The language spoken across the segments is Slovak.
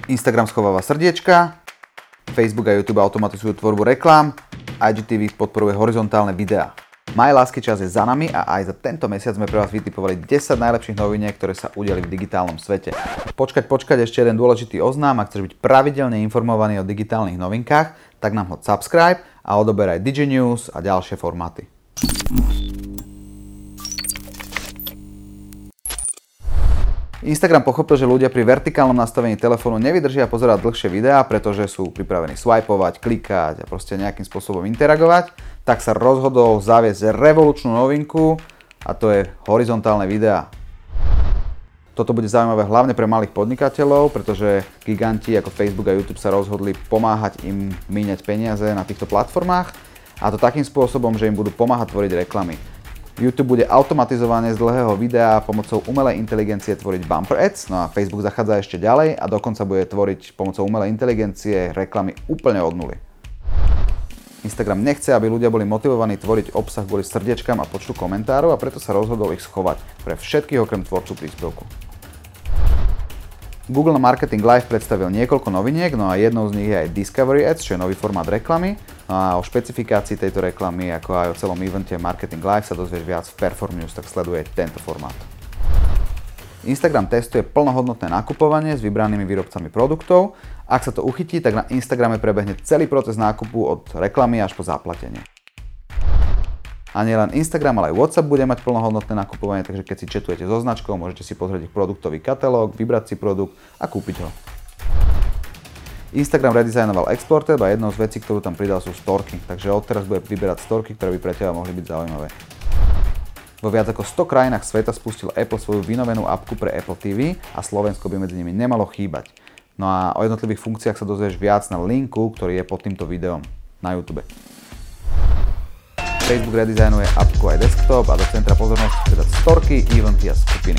Instagram schováva srdiečka, Facebook a YouTube automatizujú tvorbu reklám, IGTV podporuje horizontálne videá. Maj lásky čas je za nami a aj za tento mesiac sme pre vás vytipovali 10 najlepších noviniek, ktoré sa udiali v digitálnom svete. Počkať, ešte jeden dôležitý oznám, ak chceš byť pravidelne informovaný o digitálnych novinkách, tak nám hoď subscribe a odoberaj DigiNews a ďalšie formáty. Instagram pochopil, že ľudia pri vertikálnom nastavení telefónu nevydržia pozerať dlhšie videá, pretože sú pripravení swipovať, klikať a proste nejakým spôsobom interagovať, tak sa rozhodol zaviesť revolučnú novinku a to je horizontálne videá. Toto bude zaujímavé hlavne pre malých podnikateľov, pretože giganti ako Facebook a YouTube sa rozhodli pomáhať im míňať peniaze na týchto platformách a to takým spôsobom, že im budú pomáhať tvoriť reklamy. YouTube bude automatizovane z dlhého videa pomocou umelej inteligencie tvoriť bumper ads, no a Facebook zachádza ešte ďalej a dokonca bude tvoriť pomocou umelej inteligencie reklamy úplne od nuly. Instagram nechce, aby ľudia boli motivovaní tvoriť obsah kvôli srdiečkam a počtu komentárov a preto sa rozhodol ich schovať pre všetkých okrem tvorcu príspevku. Google na Marketing Live predstavil niekoľko noviniek, no a jednou z nich je aj Discovery Ads, čo je nový formát reklamy. No a o špecifikácii tejto reklamy, ako aj o celom evente Marketing Live sa dozvieš viac v Perform News, tak sleduje tento formát. Instagram testuje plnohodnotné nakupovanie s vybranými výrobcami produktov. Ak sa to uchytí, tak na Instagrame prebehne celý proces nákupu od reklamy až po zaplatenie. A nielen Instagram, ale aj WhatsApp bude mať plnohodnotné nakupovanie, takže keď si chatujete so značkou, môžete si pozrieť ich produktový katalóg, vybrať si produkt a kúpiť ho. Instagram redizajnoval Explore tab a jednou z vecí, ktorú tam pridal, sú storky, takže odteraz bude vyberať storky, ktoré by pre teba mohli byť zaujímavé. Vo viac ako 100 krajinách sveta spustil Apple svoju vynovenú apku pre Apple TV a Slovensko by medzi nimi nemalo chýbať. No a o jednotlivých funkciách sa dozvieš viac na linku, ktorý je pod týmto videom na YouTube. Facebook redizajnuje apku aj desktop a do centra pozornosti teda storky, eventy a skupiny.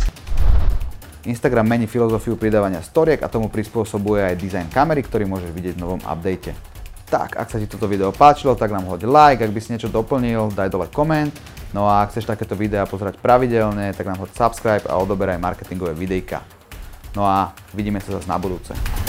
Instagram mení filozofiu pridávania storiek a tomu prispôsobuje aj dizajn kamery, ktorý môžeš vidieť v novom update. Tak, ak sa ti toto video páčilo, tak nám hoď like, ak by si niečo doplnil, daj dole koment. No a ak chceš takéto videá pozerať pravidelne, tak nám hoď subscribe a odoberaj marketingové videjka. No a vidíme sa zase na budúce.